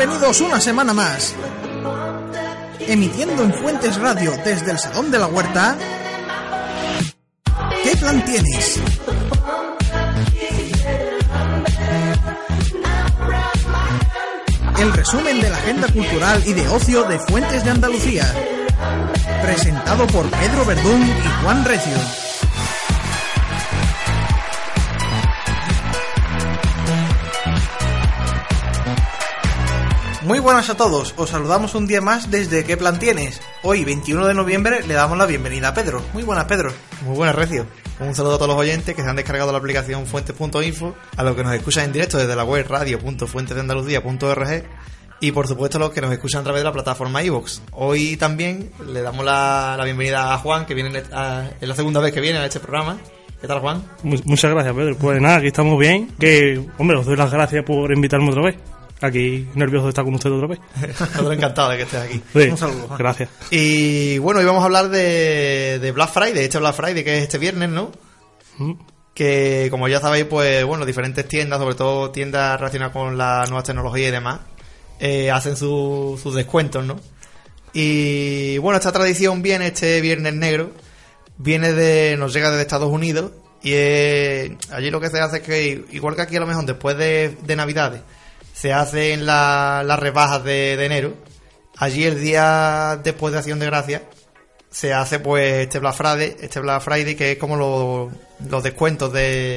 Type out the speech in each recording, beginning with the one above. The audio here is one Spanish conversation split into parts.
bienvenidos una semana más. Emitiendo en Fuentes Radio desde el Salón de la Huerta. ¿Qué plan tienes? El resumen de la agenda cultural y de ocio de Fuentes de Andalucía. Presentado por Pedro Verdún y Juan Recio. Muy buenas a todos, os saludamos un día más desde ¿Qué plan tienes? Hoy, 21 de noviembre, le damos la bienvenida a Pedro. Muy buenas, Pedro. Muy buenas, Recio. Un saludo a todos los oyentes que se han descargado la aplicación Fuentes.info, a los que nos escuchan en directo desde la web radio.fuentesdeandalucía.org y, por supuesto, a los que nos escuchan a través de la plataforma iVoox. Hoy también le damos la bienvenida a Juan, que viene es la segunda vez que viene a este programa. ¿Qué tal, Juan? Muchas gracias, Pedro. Pues nada, aquí estamos bien. Que, hombre, os doy las gracias por invitarme otra vez. Aquí nervioso de estar con usted otra vez. Estoy encantado de que estés aquí. Sí, un saludo, Juan. Gracias. Y bueno, hoy vamos a hablar de Black Friday, Black Friday que es este viernes, ¿no? Que como ya sabéis, pues bueno, diferentes tiendas, sobre todo tiendas relacionadas con las nuevas tecnologías y demás, hacen sus descuentos, ¿no? Y bueno, esta tradición viene, este Viernes Negro, nos llega desde Estados Unidos y allí lo que se hace es que, igual que aquí a lo mejor después de Navidades, se hacen las rebajas de enero. Allí el día después de Acción de Gracias se hace pues este Black Friday que es como los descuentos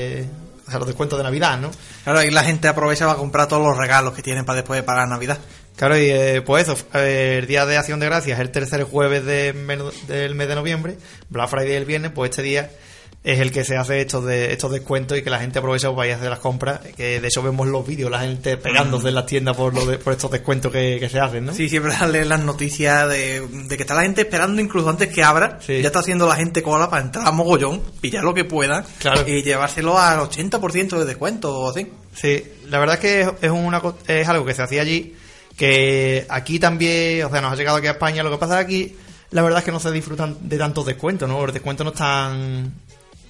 los descuentos de Navidad, ¿no? Claro, ahí la gente aprovecha para comprar todos los regalos que tienen para después de pagar Navidad. Claro, y pues eso, el día de Acción de Gracias es el tercer jueves del mes de noviembre. Black Friday el viernes, pues este día es el que se hace estos descuentos y que la gente aprovecha para ir a hacer las compras, que de eso vemos los vídeos, la gente pegándose en las tiendas por estos descuentos que se hacen, ¿no? Sí, siempre salen las noticias de que está la gente esperando incluso antes que abra, sí. Ya está haciendo la gente cola para entrar a mogollón, pillar lo que pueda, claro, y llevárselo al 80% de descuento o así. Sí, la verdad es que es algo que se hacía allí, que aquí también, o sea, nos ha llegado aquí a España. Lo que pasa es que aquí la verdad es que no se disfrutan de tantos descuentos, ¿no? Los descuentos no están...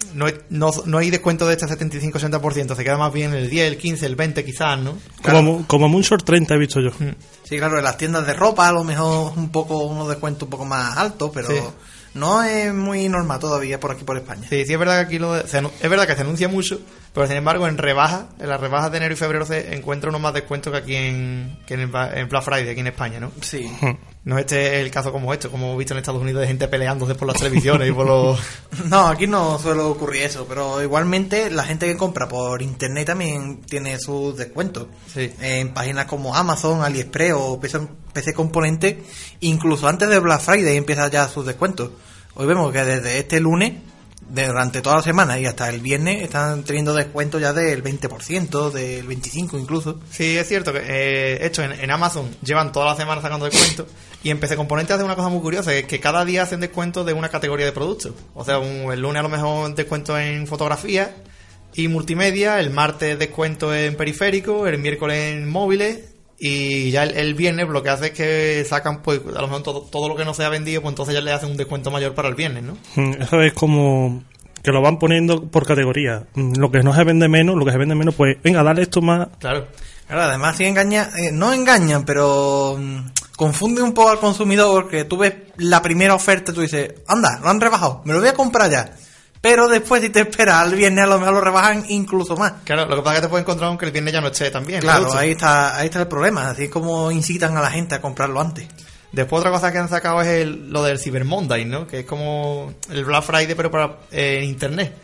No hay descuento de este 75-80%, se queda más bien el 10, el 15, el 20 quizás, ¿no? Claro. Como mucho el 30 he visto yo. Sí, claro, en las tiendas de ropa a lo mejor unos descuentos un poco más altos, pero sí, no es muy normal todavía por aquí por España. Sí, es verdad que aquí es verdad que se anuncia mucho, pero sin embargo en las rebajas de enero y febrero se encuentra unos más descuentos que aquí en Black Friday, aquí en España, ¿no? Sí. No es el caso como hemos visto en Estados Unidos, de gente peleándose por las televisiones y por los... No, aquí no suele ocurrir eso, pero igualmente la gente que compra por internet también tiene sus descuentos. Sí. En páginas como Amazon, AliExpress o PC Componente, incluso antes de Black Friday empiezan ya sus descuentos. Hoy vemos que desde este lunes, durante toda la semana y hasta el viernes, están teniendo descuentos ya del 20%, del 25% incluso. Sí, es cierto que esto en Amazon llevan toda la semana sacando descuentos, y en PC Componente hace una cosa muy curiosa, que es que cada día hacen descuentos de una categoría de productos. O sea, el lunes a lo mejor descuento en fotografía y multimedia, el martes descuento en periférico, el miércoles en móviles, y ya el viernes lo que hace es que sacan, pues a lo mejor todo lo que no se ha vendido, pues entonces ya le hacen un descuento mayor para el viernes, ¿no? Eso es como que lo van poniendo por categoría. Lo que se vende menos, pues venga, dale esto más. Claro, además sí no engañan, pero confunde un poco al consumidor, porque tú ves la primera oferta y tú dices, anda, lo han rebajado, me lo voy a comprar ya. Pero después, si te esperas al viernes, a lo mejor lo rebajan incluso más. Claro, lo que pasa es que te puedes encontrar aunque el viernes ya no esté tan bien. Claro, ahí está el problema. Así como incitan a la gente a comprarlo antes. Después otra cosa que han sacado es lo del Cyber Monday, ¿no? Que es como el Black Friday, pero para internet.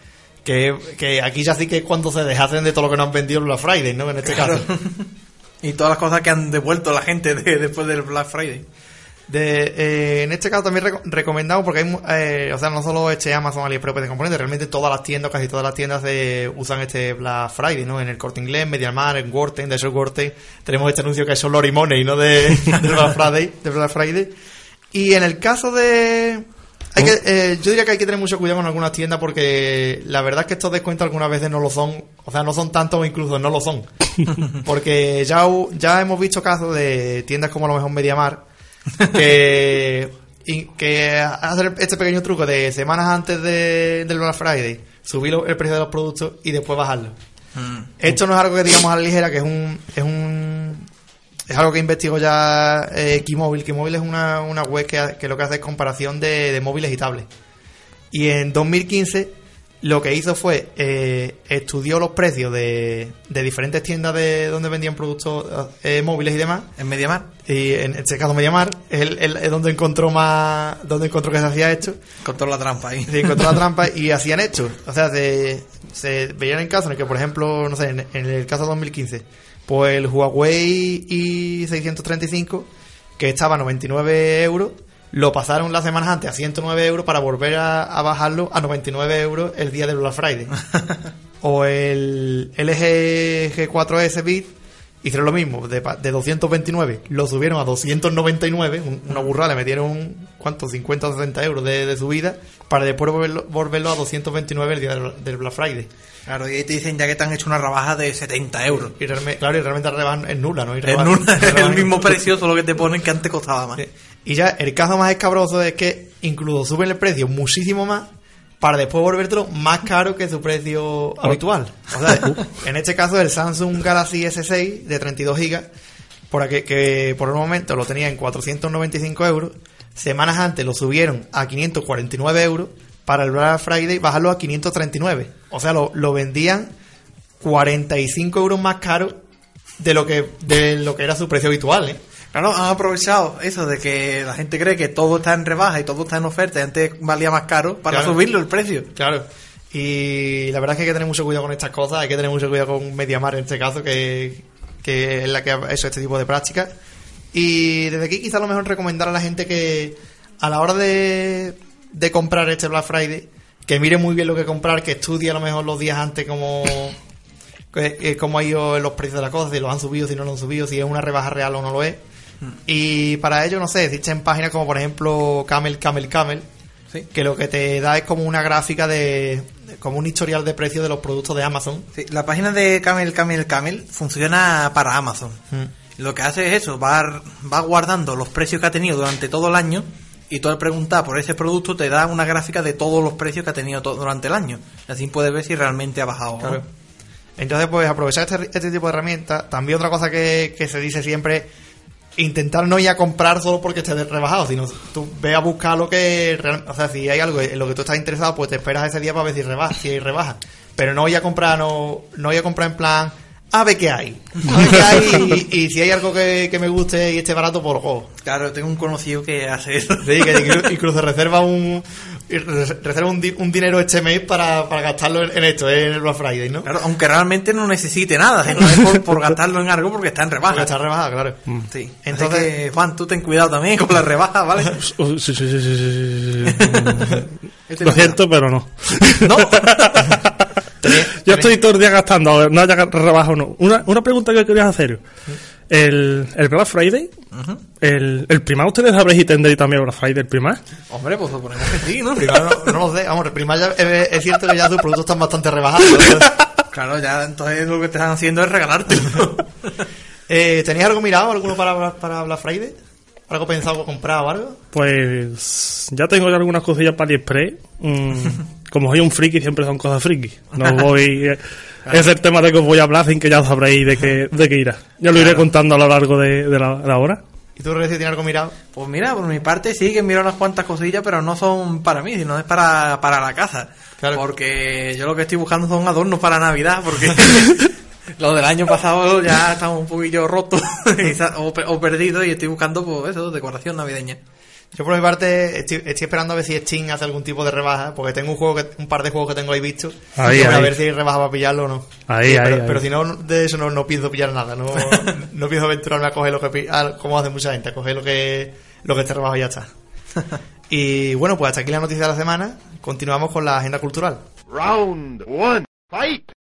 Que aquí ya sí que es cuando se deshacen de todo lo que no han vendido el Black Friday, ¿no? En este caso. Y todas las cosas que han devuelto la gente después del Black Friday. En este caso también recomendamos, porque hay, o sea, no solo Amazon, AliExpress, PC Componente, realmente casi todas las tiendas usan este Black Friday, ¿no? En el Corte Inglés, MediaMarkt, en Worten, de hecho Worten tenemos este anuncio que es solo Lori Money, ¿no? de Black Friday. Y en el caso de... yo diría que hay que tener mucho cuidado con algunas tiendas, porque la verdad es que estos descuentos algunas veces no lo son, o sea, no son tantos o incluso no lo son. Porque ya hemos visto casos de tiendas como a lo mejor MediaMarkt, que hacer este pequeño truco de semanas antes del Black Friday, subir el precio de los productos y después bajarlo. Esto no es algo que digamos a la ligera, que es es algo que investigo ya Keymobile. Keymobile es una web que lo que hace es comparación de móviles y tablets. Y en 2015 lo que hizo fue estudió los precios de diferentes tiendas de donde vendían productos móviles y demás. ¿En MediaMarkt? Y en este caso MediaMarkt es donde encontró que se hacía esto. Encontró la trampa ahí. Sí, encontró la trampa y hacían esto. O sea, se veían en casos en el que, por ejemplo, no sé, en el caso de 2015, pues el Huawei i635, que estaba a 99 euros, lo pasaron las semanas antes a 109 euros para volver a bajarlo a 99 euros el día del Black Friday. O el LG G4S Bit hicieron lo mismo, de 229 lo subieron a 299, una burrada, le metieron ¿cuánto? 50 o 60 euros de subida para después volverlo a 229 el día del Black Friday. Claro, y ahí te dicen ya que te han hecho una rebaja de 70 euros. Y realmente la rebaja es nula, ¿no? Es nula, es el mismo precio, solo que te ponen que antes costaba más. Sí. Y ya el caso más escabroso es que incluso suben el precio muchísimo más para después volvértelo más caro que su precio habitual. O sea, en este caso el Samsung Galaxy S6 de 32 GB, que por el momento lo tenía en 495 euros, semanas antes lo subieron a 549 euros, para el Black Friday bajarlo a 539. O sea, lo vendían 45 euros más caro de lo que era su precio habitual, ¿eh? Claro, han aprovechado eso de que la gente cree que todo está en rebaja y todo está en oferta y antes valía más caro para subirlo el precio. Claro. Y la verdad es que hay que tener mucho cuidado con estas cosas, hay que tener mucho cuidado con MediaMarkt en este caso, que es la que ha hecho este tipo de prácticas. Y desde aquí quizá lo mejor recomendar a la gente que a la hora de comprar este Black Friday, que mire muy bien lo que comprar, que estudie a lo mejor los días antes cómo ha ido los precios de las cosas, si los han subido, si no los han subido, si es una rebaja real o no lo es. Y para ello, no sé, existen páginas como por ejemplo Camel, ¿sí? Que lo que te da es como una gráfica como un historial de precios de los productos de Amazon. Sí, la página de Camel funciona para Amazon. Lo que hace es eso, va guardando los precios que ha tenido durante todo el año, y tú al preguntar por ese producto te da una gráfica de todos los precios que ha tenido durante el año. Así puedes ver si realmente ha bajado. Claro. ¿No? Entonces, pues aprovechar este tipo de herramientas. También otra cosa que se dice siempre, intentar no ir a comprar solo porque esté rebajado, sino tú ve a buscar lo que o sea, si hay algo en lo que tú estás interesado, pues te esperas ese día para ver si hay rebaja. Pero no ir a comprar, no ir a comprar en plan a ver qué hay. Y si hay algo que me guste y esté barato, pues lo cojo. Claro, tengo un conocido que hace eso. Sí, que incluso reserva un dinero este mes para gastarlo en esto, en el Black Friday, ¿no? Claro, aunque realmente no necesite nada, sino es por gastarlo en algo porque está en rebaja. Porque está en rebaja, claro. Sí. Entonces, Juan, tú ten cuidado también con las rebajas, ¿vale? Sí. Lo siento, pero no. ¿No? Yo estoy todo el día gastando, no haya rebaja o no. Una pregunta que quería hacer. El Black Friday, el primar, ¿ustedes sabréis y tendréis también Black Friday el primar? Hombre, pues suponemos que sí, ¿no? Primar no lo sé, vamos, el primar ya es cierto que ya tus productos están bastante rebajados, ¿no? Claro, ya entonces lo que te están haciendo es regalártelo. ¿Tenéis algo mirado, alguno para Black Friday? ¿Algo pensado comprar o algo? Pues ya tengo ya algunas cosillas para AliExpress. Como soy un friki, siempre son cosas friki. No voy... Es el tema de que os voy a hablar sin que ya sabréis de qué irá. Ya lo iré contando a lo largo de la hora. ¿Y tú, Reci, tienes algo mirado? Pues mira, por mi parte sí que miro unas cuantas cosillas, pero no son para mí, sino es para la casa. Claro. Porque yo lo que estoy buscando son adornos para Navidad, porque... Lo del año pasado ya estamos un poquillo rotos o perdidos, y estoy buscando pues eso, decoración navideña. Yo por mi parte estoy esperando a ver si Steam hace algún tipo de rebaja, porque tengo un par de juegos que tengo ahí vistos, a ver si hay rebaja para pillarlo o no. Pero si no, de eso no pienso pillar nada, no pienso aventurarme a coger como hace mucha gente, a coger lo que esté rebajado y ya está. Y bueno, pues hasta aquí la noticia de la semana. Continuamos con la agenda cultural. Round 1, fight.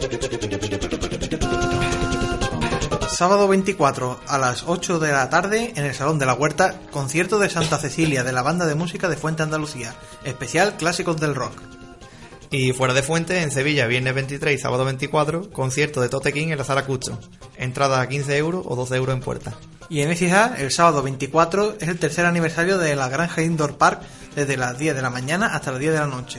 Sábado 24 a las 8 de la tarde en el Salón de la Huerta, concierto de Santa Cecilia de la banda de música de Fuente Andalucía, especial Clásicos del Rock. Y fuera de Fuente, en Sevilla, viernes 23 y sábado 24, concierto de Tote King en la Sala Custom. Entrada a 15 euros o 12 euros en puerta. Y en Écija, el sábado 24 es el tercer aniversario de la Granja Indoor Park, desde las 10 de la mañana hasta las 10 de la noche.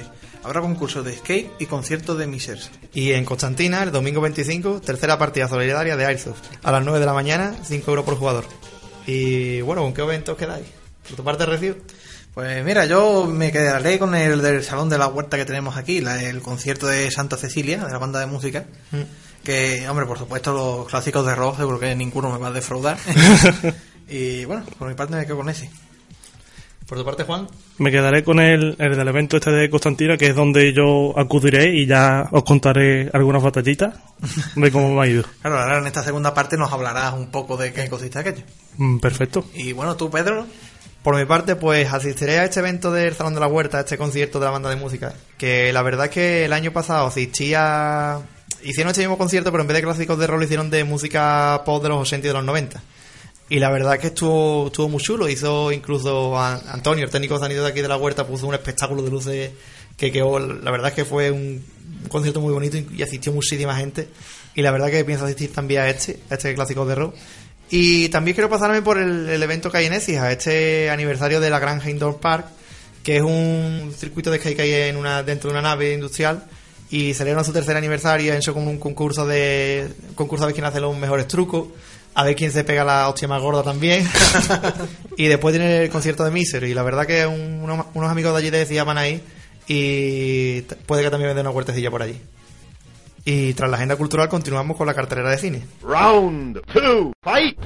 Habrá concursos de skate y conciertos de Misers. Y en Constantina, el domingo 25, tercera partida solidaria de Airsoft. A las 9 de la mañana, 5 euros por jugador. Y bueno, ¿con qué eventos quedáis? ¿Por tu parte, Recio? Pues mira, yo me quedaré con el del Salón de la Huerta que tenemos aquí, el concierto de Santa Cecilia, de la banda de música. Que, hombre, por supuesto, los clásicos de rock, seguro que ninguno me va a defraudar. Y bueno, por mi parte me quedo con ese. ¿Por tu parte, Juan? Me quedaré con el del evento este de Constantina, que es donde yo acudiré y ya os contaré algunas batallitas de cómo me ha ido. Claro, ahora en esta segunda parte nos hablarás un poco de qué consiste aquello. Perfecto. Y bueno, tú, Pedro. Por mi parte, pues asistiré a este evento del Salón de la Huerta, a este concierto de la banda de música. Que la verdad es que el año pasado hicieron este mismo concierto, pero en vez de clásicos de rol hicieron de música pop de los 80 y de los 90. Y la verdad es que estuvo muy chulo. Hizo incluso Antonio, el técnico de sonido de aquí de la Huerta, puso un espectáculo de luces que quedó. La verdad es que fue un concierto muy bonito y asistió muchísima gente. Y la verdad que pienso asistir también a este clásico de rock. Y también quiero pasarme por el evento que hay en Écija, este aniversario de la Granja Indoor Park, que es un circuito de skate que hay dentro de una nave industrial. Y celebran su tercer aniversario, han hecho como un concurso a ver quién hace los mejores trucos, a ver quién se pega la hostia más gorda también. Y después tiene el concierto de Miser, y la verdad que unos amigos de allí de Écija van ahí, y puede que también me den una huertecilla por allí. Y tras la agenda cultural continuamos con la cartelera de cine. Round 2, fight!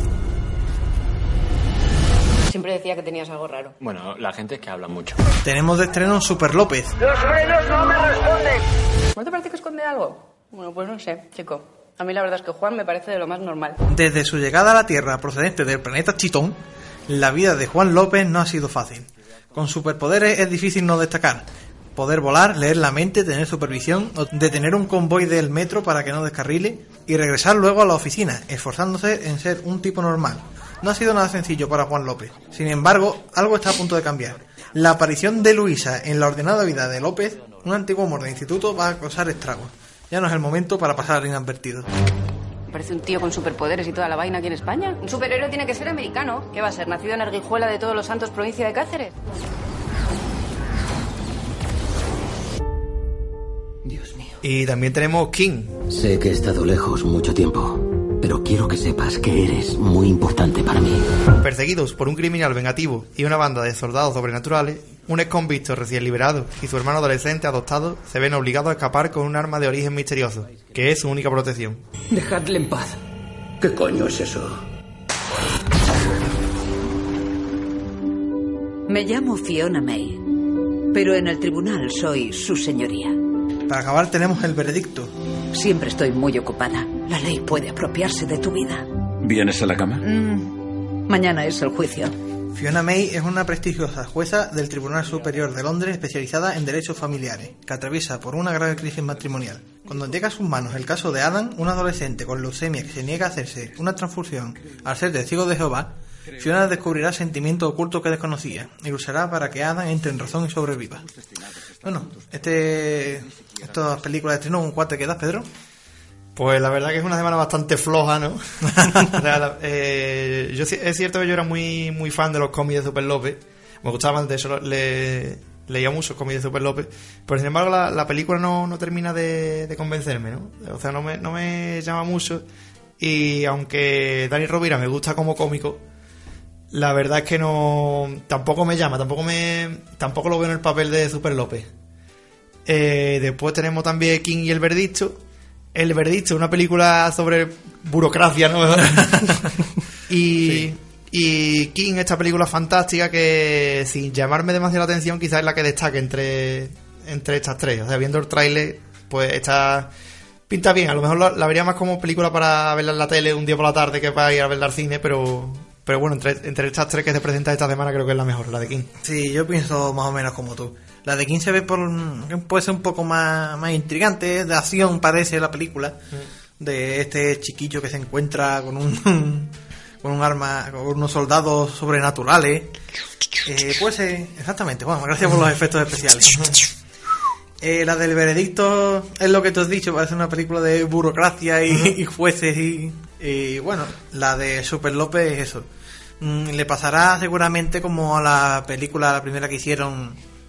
Siempre decía que tenías algo raro. Bueno, la gente es que habla mucho. Tenemos de estreno Super López. ¡Los frenos no me responden! ¿No te parece que esconde algo? Bueno, pues no sé, chico. A mí la verdad es que Juan me parece de lo más normal. Desde su llegada a la Tierra procedente del planeta Chitón, la vida de Juan López no ha sido fácil. Con superpoderes es difícil no destacar. Poder volar, leer la mente, tener supervisión, o detener un convoy del metro para que no descarrile y regresar luego a la oficina, esforzándose en ser un tipo normal. No ha sido nada sencillo para Juan López. Sin embargo, algo está a punto de cambiar. La aparición de Luisa en la ordenada vida de López, un antiguo amor de instituto, va a causar estragos. Ya no es el momento para pasar inadvertido. Me parece un tío con superpoderes y toda la vaina aquí en España. Un superhéroe tiene que ser americano. ¿Qué va a ser? ¿Nacido en Arguijuela de Todos los Santos, provincia de Cáceres? Dios mío. Y también tenemos King. Sé que he estado lejos mucho tiempo, pero quiero que sepas que eres muy importante para mí. Perseguidos por un criminal vengativo y una banda de soldados sobrenaturales, un ex convicto recién liberado y su hermano adolescente adoptado se ven obligados a escapar con un arma de origen misterioso, que es su única protección. Dejadle en paz. ¿Qué coño es eso? Me llamo Fiona May, pero en el tribunal soy su señoría. Para acabar tenemos el veredicto. Siempre estoy muy ocupada. La ley puede apropiarse de tu vida. ¿Vienes a la cama? Mañana es el juicio. Fiona May es una prestigiosa jueza del Tribunal Superior de Londres especializada en derechos familiares, que atraviesa por una grave crisis matrimonial. Cuando llega a sus manos el caso de Adam, un adolescente con leucemia que se niega a hacerse una transfusión al ser testigo de Jehová, Fiona descubrirá sentimientos ocultos que desconocía y luchará para que Adam entre en razón y sobreviva. Bueno, estas películas de estreno, ¿con cuál te quedas, Pedro? Pues la verdad que es una semana bastante floja, ¿no? Es cierto que yo era muy muy fan de los cómics de Super López. Me gustaban, de hecho leía muchos cómics de Super López. Pero sin embargo la película no termina de convencerme, ¿no? O sea, no me llama mucho. Y aunque Dani Rovira me gusta como cómico, la verdad es que tampoco me llama, tampoco lo veo en el papel de Super López. Después tenemos también King y el veredicto. El veredicto, una película sobre burocracia, ¿no? Y King, esta película fantástica que, sin llamarme demasiado la atención, quizás es la que destaque entre estas tres. O sea, viendo el tráiler, pues esta pinta bien. A lo mejor la vería más como película para verla en la tele un día por la tarde que para ir a verla al cine, pero bueno, entre estas tres que se presentan esta semana creo que es la mejor, la de King. Sí, yo pienso más o menos como tú. La de King se ve puede ser un poco más intrigante, de acción parece la película, de este chiquillo que se encuentra con un arma, con unos soldados sobrenaturales. Puede ser, exactamente, bueno, gracias por los efectos especiales. La del veredicto es lo que tú has dicho, parece una película de burocracia y jueces y bueno, la de Super López es eso. Le pasará seguramente como a la película, la primera que hicieron,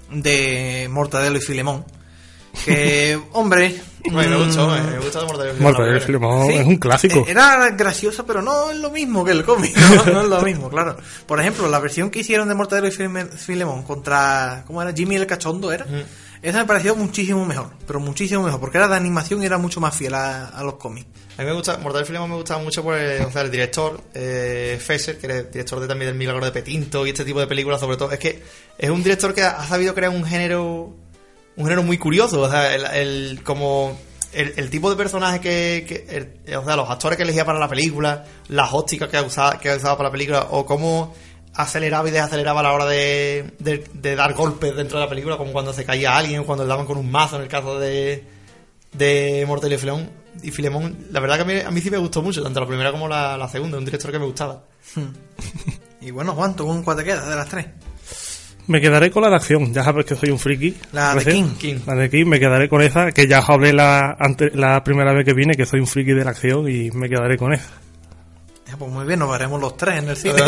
de Mortadelo y Filemón. Que, hombre... me gustó de Mortadelo y Filemón. Mortadelo y Filemón es un clásico. Era gracioso, pero no es lo mismo que el cómic. No es lo mismo, claro. Por ejemplo, la versión que hicieron de Mortadelo y Filemón contra... ¿Cómo era? Jimmy el Cachondo, ¿era? Esa me pareció muchísimo mejor. Pero muchísimo mejor. Porque era de animación y era mucho más fiel a los cómics. A mí me gusta, Mortadelo y Filemón me gustaba mucho por el director, Fesser, que era el director también del Milagro de Petinto y este tipo de películas, sobre todo. Es que es un director que ha sabido crear un género muy curioso. O sea, el tipo de personaje o sea, los actores que elegía para la película, las ópticas que usaba para la película, o cómo aceleraba y desaceleraba a la hora de dar golpes dentro de la película, como cuando se caía alguien, cuando le daban con un mazo en el caso de Mortadelo y Filemón. La verdad que a mí sí me gustó mucho, tanto la primera como la segunda, un director que me gustaba. Y bueno, Juan, ¿tú con cuál te quedas de las tres? Me quedaré con la de acción, ya sabes que soy un friki. La de King. La de King, me quedaré con esa, que ya os hablé la primera vez que vine, que soy un friki de la acción, y me quedaré con esa. Pues muy bien, nos veremos los tres en el cine.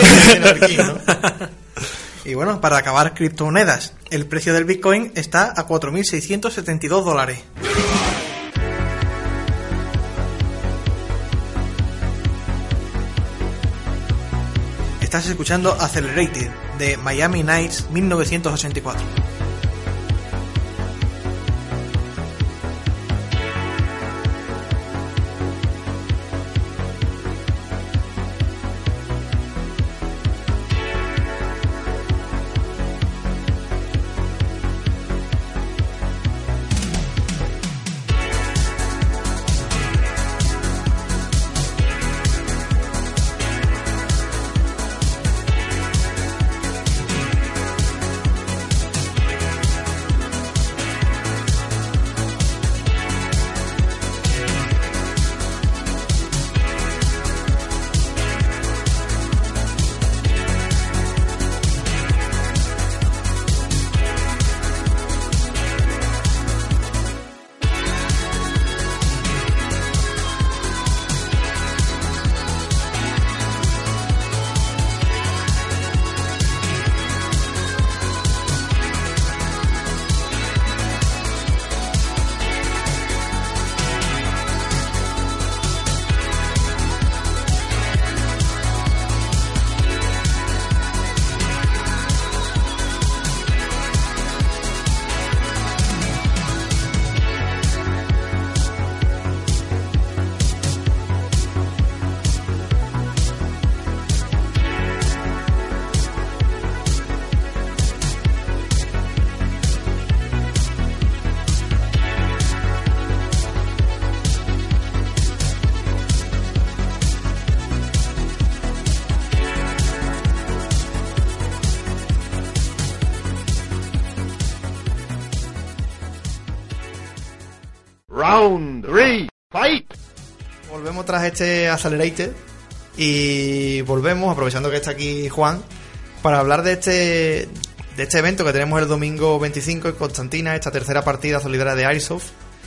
Y bueno, para acabar, criptomonedas. El precio del Bitcoin está a $4.672. Estás escuchando Accelerated, de Miami Nights 1984. Round 3, fight. Volvemos tras este Accelerated y volvemos, aprovechando que está aquí Juan, para hablar de este evento que tenemos el domingo 25 en Constantina, esta tercera partida solidaria de Airsoft.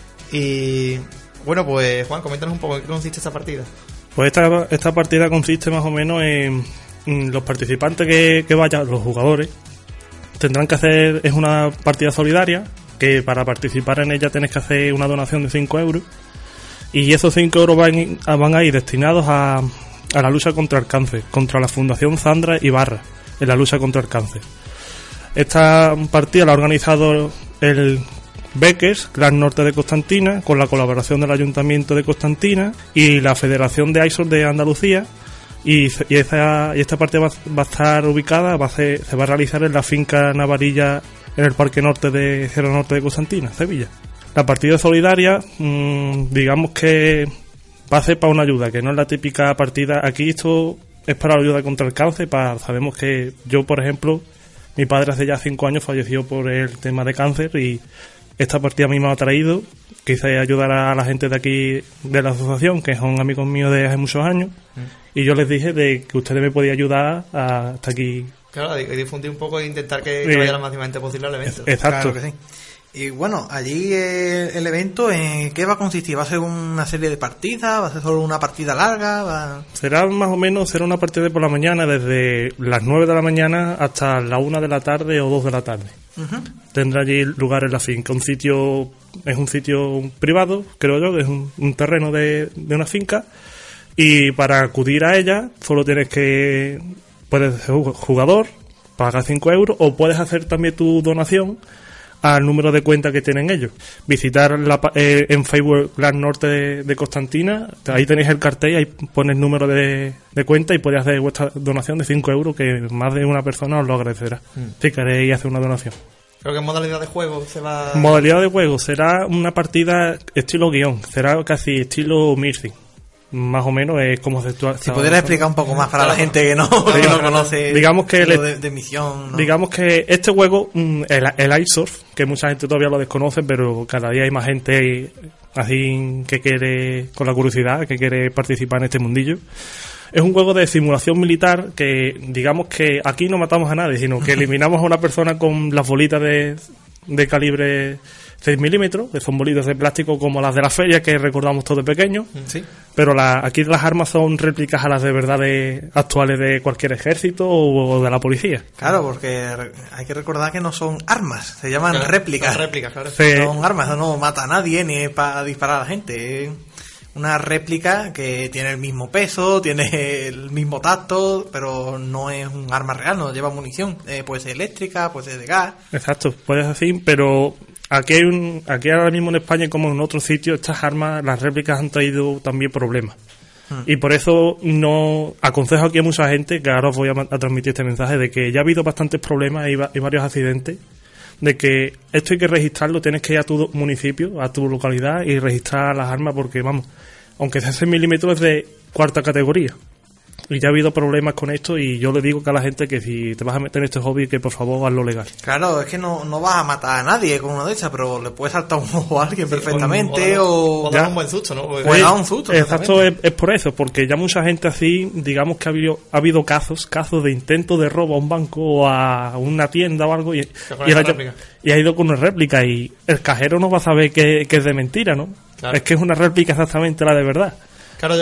Y bueno, pues Juan, coméntanos un poco en qué consiste esta partida. Pues esta partida consiste más o menos en los participantes que vayan, los jugadores, tendrán que hacer, es una partida solidaria, que para participar en ella tienes que hacer una donación de 5 euros, y esos 5 euros van a ir destinados a la lucha contra el cáncer, contra la Fundación Zandra Ibarra, en la lucha contra el cáncer. Esta partida la ha organizado el Beckers, Clan Norte de Constantina, con la colaboración del Ayuntamiento de Constantina y la Federación de Airsoft de Andalucía, y esta partida va a estar ubicada, se va a realizar en la finca Navarilla, en el Parque Norte de Sierra Norte de Constantina, Sevilla. La partida solidaria, digamos que va a ser para una ayuda, que no es la típica partida. Aquí esto es para la ayuda contra el cáncer. Sabemos que yo, por ejemplo, mi padre hace ya 5 años falleció por el tema de cáncer, y esta partida a mí me ha traído, quise ayudar a la gente de aquí, de la asociación, que son amigos míos de hace muchos años, y yo les dije de que ustedes me podían ayudar hasta aquí. Claro, y difundir un poco e intentar que vaya lo máximo posible al evento. Exacto. Claro que sí. Y bueno, allí el evento, ¿en qué va a consistir? ¿Va a ser una serie de partidas? ¿Va a ser solo una partida larga? Será una partida de por la mañana, desde las 9 de la mañana hasta la 1 de la tarde o 2 de la tarde. Tendrá allí lugar en la finca. Es un sitio privado, creo yo, que es un terreno de una finca, y para acudir a ella solo puedes ser jugador, pagar 5 euros, o puedes hacer también tu donación al número de cuenta que tienen ellos. Visitar en Facebook Gran Norte de Constantina, ahí tenéis el cartel, ahí pones el número de cuenta y podéis hacer vuestra donación de 5 euros, que más de una persona os lo agradecerá si queréis hacer una donación. Creo que en modalidad de juego se va... Modalidad de juego será una partida estilo guión, será casi estilo Mirthing. Más o menos es como se... Si pudieras explicar un poco más para la gente que no conoce, digamos que de misión, ¿no? Digamos que este juego, el iSurf, que mucha gente todavía lo desconoce, pero cada día hay más gente así que quiere, con la curiosidad, que quiere participar en este mundillo. Es un juego de simulación militar que, digamos que aquí no matamos a nadie, sino que eliminamos a una persona con las bolitas de calibre 6 milímetros, que son bolitas de plástico como las de la feria que recordamos todos de pequeños. Sí. Pero aquí las armas son réplicas a las de verdad actuales de cualquier ejército o de la policía. Claro, porque hay que recordar que no son armas, se llaman réplicas. Son réplicas, claro. Sí. Son armas, no mata a nadie ni es para disparar a la gente. Es una réplica que tiene el mismo peso, tiene el mismo tacto, pero no es un arma real, no lleva munición. Puede ser eléctrica, puede ser de gas. Exacto, puedes decir, pero aquí ahora mismo en España, como en otros sitios, estas armas, las réplicas han traído también problemas. Y por eso no aconsejo aquí a mucha gente, que ahora os voy a transmitir este mensaje, de que ya ha habido bastantes problemas y varios accidentes, de que esto hay que registrarlo, tienes que ir a tu municipio, a tu localidad y registrar las armas, porque vamos, aunque sea 6 milímetros es de cuarta categoría. Y ya ha habido problemas con esto, y yo le digo que a la gente que si te vas a meter en este hobby, que por favor hazlo legal. Claro, es que no vas a matar a nadie con una de esas, pero le puedes saltar un ojo a alguien perfectamente, o dar un buen susto, ¿no? O dar un susto. Exacto, es por eso, porque ya mucha gente así, digamos que ha habido casos de intento de robo a un banco o a una tienda o algo, y ha ido con una réplica, y el cajero no va a saber que es de mentira, ¿no? Claro. Es que es una réplica exactamente la de verdad. Claro,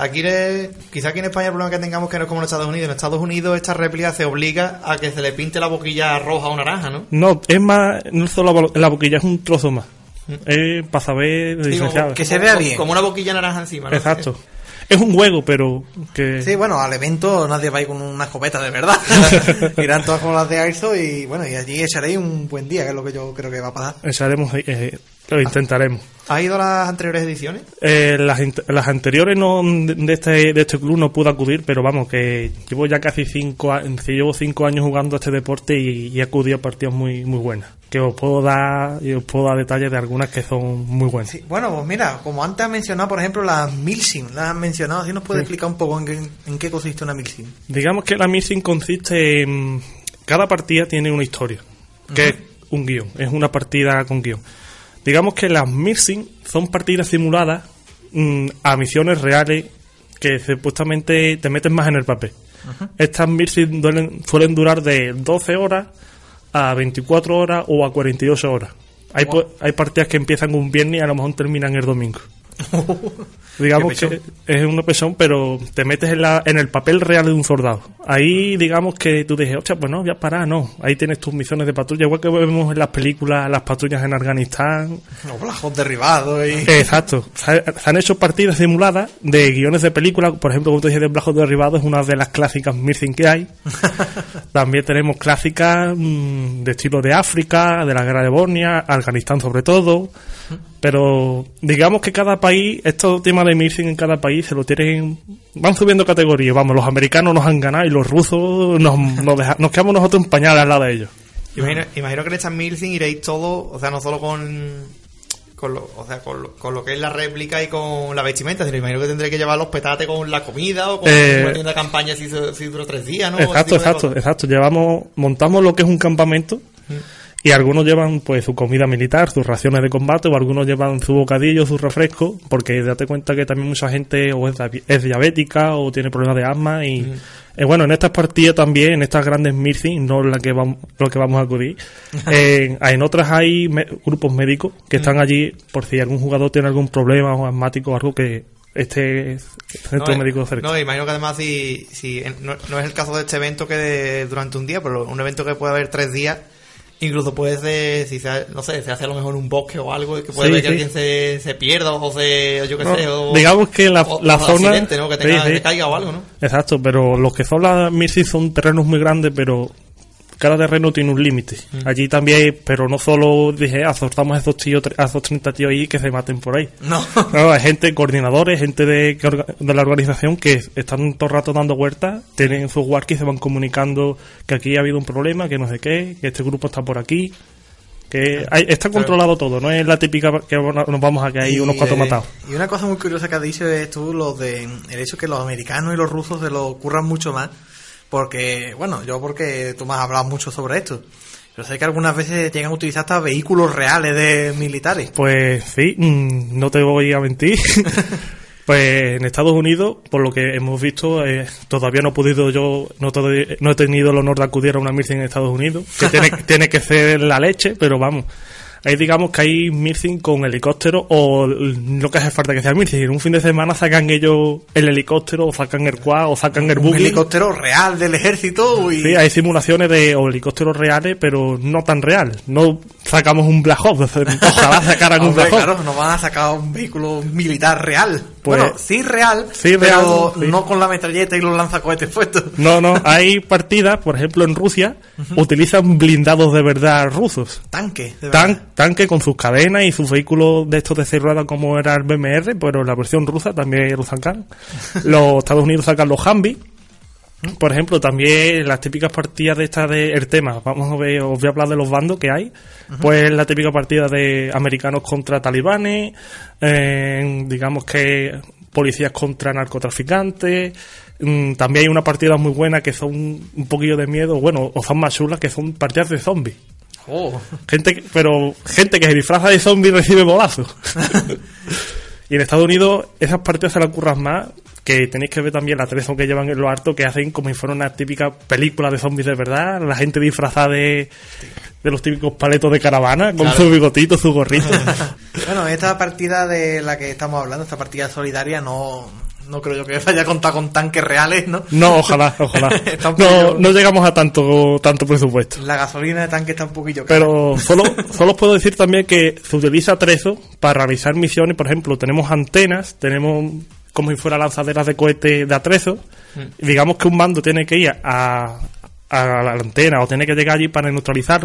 quizá aquí en España el problema que tengamos que no es como en Estados Unidos. En Estados Unidos esta réplica se obliga a que se le pinte la boquilla roja o naranja, ¿no? No, es más, no es solo la boquilla, es un trozo más. Es para saber diferenciar. Que se vea bien. Como una boquilla naranja encima, ¿no? Exacto. Es un juego, pero que... Sí, bueno, al evento nadie va a ir con una escopeta de verdad. Irán todas con las de Airsoft y bueno, y allí echaréis un buen día, que es lo que yo creo que va a pasar. Echaremos, lo intentaremos. ¿Has ido a las anteriores ediciones? Las anteriores no de este club no pude acudir, pero vamos, que llevo ya casi 5 años jugando a este deporte y he acudido a partidas muy muy buenas. Que os puedo dar detalles de algunas que son muy buenas. Sí, bueno, pues mira, como antes has mencionado, por ejemplo, las Milsim, las has mencionado, ¿sí nos puedes explicar un poco en qué consiste una Milsim? Digamos que la Milsim consiste en... Cada partida tiene una historia, que es un guión, es una partida con guión. Digamos que las Milsim son partidas simuladas a misiones reales que supuestamente te meten más en el papel. Estas Milsim suelen durar de 12 horas a 24 horas o a 48 horas. Hay partidas que empiezan un viernes y a lo mejor terminan el domingo. Digamos que es una presión, pero te metes en el papel real de un soldado. Ahí digamos que tú dices, hostia, pues no, ya para, no. Ahí tienes tus misiones de patrulla, igual que vemos en las películas, las patrullas en Afganistán. Los blajos derribados. Exacto. Se han hecho partidas simuladas de guiones de películas, por ejemplo, como tú dices, de blajos derribados, es una de las clásicas Mirthing que hay. También tenemos clásicas de estilo de África, de la guerra de Bosnia, Afganistán sobre todo. Pero digamos que cada país, estos temas de Mirthing en cada país se lo tienen, van subiendo categorías. Vamos, los americanos nos han ganado y los rusos nos quedamos nosotros en pañales al lado de ellos. Imagino que en estas Mirthing iréis todo, o sea, no solo con lo que es la réplica y con la vestimenta, sino imagino que tendré que llevar los petates con la comida o con una tienda de campaña si dura 3 días, ¿no? Exacto. Montamos lo que es un campamento. Y algunos llevan pues su comida militar, sus raciones de combate, o algunos llevan su bocadillo, su refresco, porque date cuenta que también mucha gente o es diabética o tiene problemas de asma y bueno, en estas partidas también, en estas grandes Mirthing, no lo que vamos a acudir, en otras hay grupos médicos que están allí por si algún jugador tiene algún problema o asmático o algo que este centro médico cerca. No, imagino que además si no es el caso de este evento que durante un día, pero un evento que puede haber 3 días, Incluso puede ser, si se hace a lo mejor un bosque o algo, que puede ver que alguien se pierda o yo qué sé, o digamos que la zona, accidente, ¿no? Que caiga o algo, ¿no? Exacto, pero los que son las Mircy son terrenos muy grandes, pero cada terreno tiene un límite. Allí también, pero no solo dije, azortamos a esos 30 tíos ahí que se maten por ahí. No, hay gente, coordinadores, gente de la organización que están todo el rato dando vueltas, tienen sus walkies y se van comunicando que aquí ha habido un problema, que no sé qué, que este grupo está por aquí, que está controlado todo, no es la típica que nos vamos a que hay unos cuantos matados. Y una cosa muy curiosa que has dicho es tú, el hecho que los americanos y los rusos se lo curran mucho más. Porque tú me has hablado mucho sobre esto. Yo sé que algunas veces llegan a utilizar hasta vehículos reales de militares. Pues sí, no te voy a mentir. Pues en Estados Unidos, por lo que hemos visto, todavía no he podido no he tenido el honor de acudir a una Mircy en Estados Unidos, que tiene que ser la leche, pero vamos. Ahí digamos que hay Mircy con helicóptero o lo que hace falta que sea Mircy. En un fin de semana sacan ellos el helicóptero o sacan el quad o sacan el buggy. Un helicóptero real del ejército. Sí, hay simulaciones de helicópteros reales, pero no tan real. No sacamos un Black Hawk, ojalá sacaran un Black Hawk. Claro, no van a sacar un vehículo militar real. Pues, bueno, sí real, pero no con la metralleta y los lanzacohetes puestos. No, hay partidas, por ejemplo en Rusia, utilizan blindados de verdad rusos. Tanque con sus cadenas y sus vehículos de estos de 6 ruedas como era el BMR, pero la versión rusa también lo sacan. Los Estados Unidos sacan los Humvee. Por ejemplo, también las típicas partidas de estas de el tema, vamos a ver, os voy a hablar de los bandos que hay. Pues la típica partida de americanos contra talibanes, digamos que policías contra narcotraficantes. También hay una partida muy buena que son un poquillo de miedo, o son más chulas, que son partidas de zombies. Gente que se disfraza de zombie recibe bolazos. Y en Estados Unidos esas partidas se las curran más, que tenéis que ver también la televisión que llevan en lo alto, que hacen como si fuera una típica película de zombies de verdad, la gente disfrazada de los típicos paletos de caravana, con su bigotito, su gorrito. Bueno, esta partida de la que estamos hablando, esta partida solidaria, no creo yo que vaya a contar con tanques reales, ¿no? No, ojalá. No llegamos a tanto presupuesto. La gasolina de tanque está un poquillo cara. Pero solo os puedo decir también que se utiliza atrezo para realizar misiones. Por ejemplo, tenemos antenas, tenemos como si fuera lanzaderas de cohete de atrezo. Y digamos que un mando tiene que ir a la antena o tiene que llegar allí para neutralizar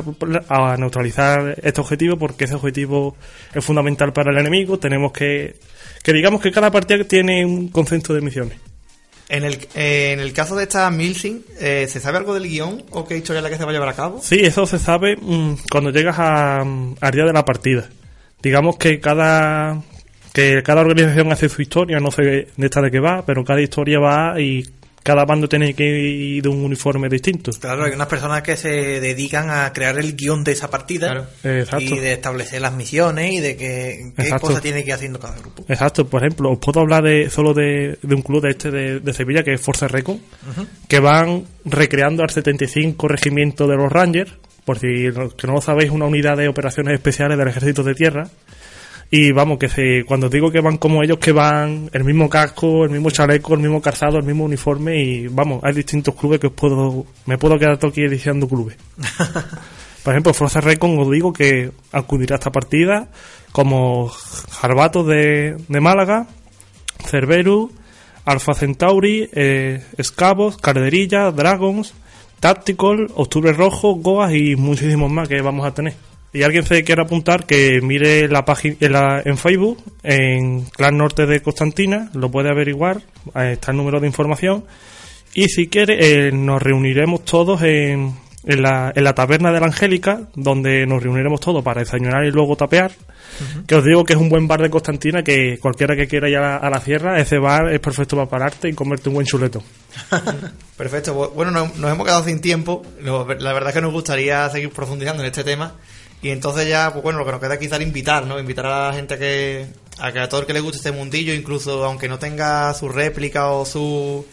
este objetivo, porque ese objetivo es fundamental para el enemigo. Tenemos que digamos que cada partida tiene un concepto de misiones. En el caso de esta Mircy, ¿se sabe algo del guión o qué historia es la que se va a llevar a cabo? Sí, eso se sabe cuando llegas al día de la partida. Digamos que cada organización hace su historia, no sé de esta de qué va, pero cada historia va y cada bando tiene que ir de un uniforme distinto. Claro, hay unas personas que se dedican a crear el guión de esa partida, y de establecer las misiones y de qué cosas tiene que ir haciendo cada grupo. Exacto, por ejemplo, os puedo hablar solo de un club de Sevilla, que es Force Recon, que van recreando al 75 regimiento de los Rangers, por si que no lo sabéis, una unidad de operaciones especiales del ejército de tierra. Y vamos, cuando digo que van como ellos, que van el mismo casco, el mismo chaleco, el mismo calzado, el mismo uniforme, y vamos, hay distintos clubes que me puedo quedar todo aquí diciendo clubes. Por ejemplo, Forza Recon, os digo que acudirá a esta partida como Jarbatos de Málaga, Cerberus, Alpha Centauri, Scavos, Calderilla, Dragons, Tactical, Octubre Rojo, Goas y muchísimos más que vamos a tener. Y alguien se quiere apuntar, que mire la página en Facebook, en Clan Norte de Constantina, lo puede averiguar, está el número de información. Y si quiere, nos reuniremos todos en la taberna de la Angélica, donde nos reuniremos todos para desayunar y luego tapear. Que os digo que es un buen bar de Constantina, que cualquiera que quiera ir a la sierra, ese bar es perfecto para pararte y comerte un buen chuleto. Perfecto. Bueno, nos hemos quedado sin tiempo. La verdad es que nos gustaría seguir profundizando en este tema. Y entonces ya, pues bueno, lo que nos queda quizás invitar a la gente a que a todo el que le guste este mundillo, incluso aunque no tenga su réplica o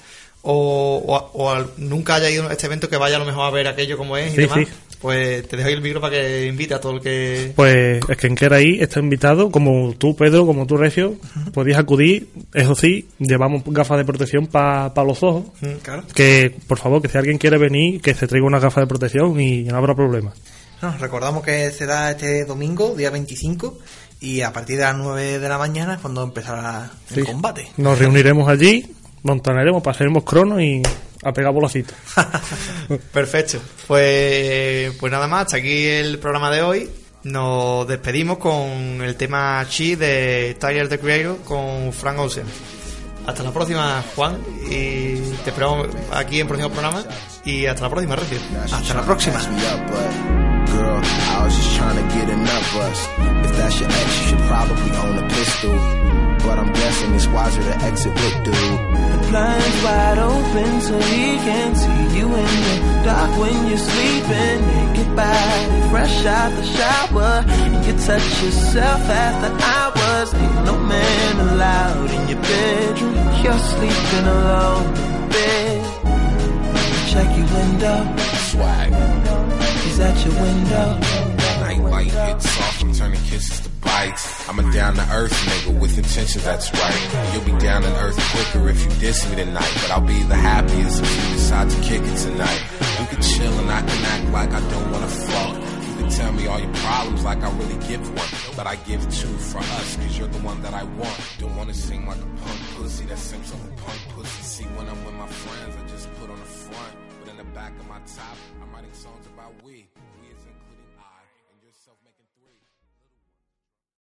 nunca haya ido a este evento, que vaya a lo mejor a ver aquello como es y demás. Sí. Pues te dejo ahí el micro para que invite a todo el que... Pues es que quien quiera ir está invitado, como tú, Pedro, como tú, Recio, podéis acudir. Eso sí, llevamos gafas de protección para los ojos. Claro. Que, por favor, que si alguien quiere venir, que se traiga una gafa de protección y no habrá problema. No, recordamos que será este domingo, día 25, y a partir de las 9 de la mañana es cuando empezará el combate. Nos reuniremos allí, montonaremos, pasaremos crono y a pegar bolacitos. Perfecto. Pues nada más, hasta aquí el programa de hoy. Nos despedimos con el tema Chi de Tyler the Creator con Frank Ocean. Hasta la próxima, Juan, y te esperamos aquí en el próximo programa. Y hasta la próxima, Recio. Hasta la próxima. Girl, I was just trying to get enough us. If that's your ex, you should probably own a pistol. But I'm guessing it's wiser to exit with dude. The blind's wide open so he can see you in the dark when you're sleeping. Naked body, fresh out the shower. You touch yourself after hours. Ain't no man allowed in your bedroom. You're sleeping alone in bed. Check your window. Swag. He's at your window. Nightlight hits soft, I'm turning kisses to bites. I'm a down-to-earth nigga with intentions, that's right. You'll be down to earth quicker if you diss me tonight. But I'll be the happiest if you decide to kick it tonight. We can chill and I can act like I don't wanna fuck. You can tell me all your problems like I really give one. But I give two for us, cause you're the one that I want. Don't wanna seem like a punk pussy that sings like a punk pussy. See, when I'm with my friends, I just put on the front. But in the back of my top, I'm writing songs about we.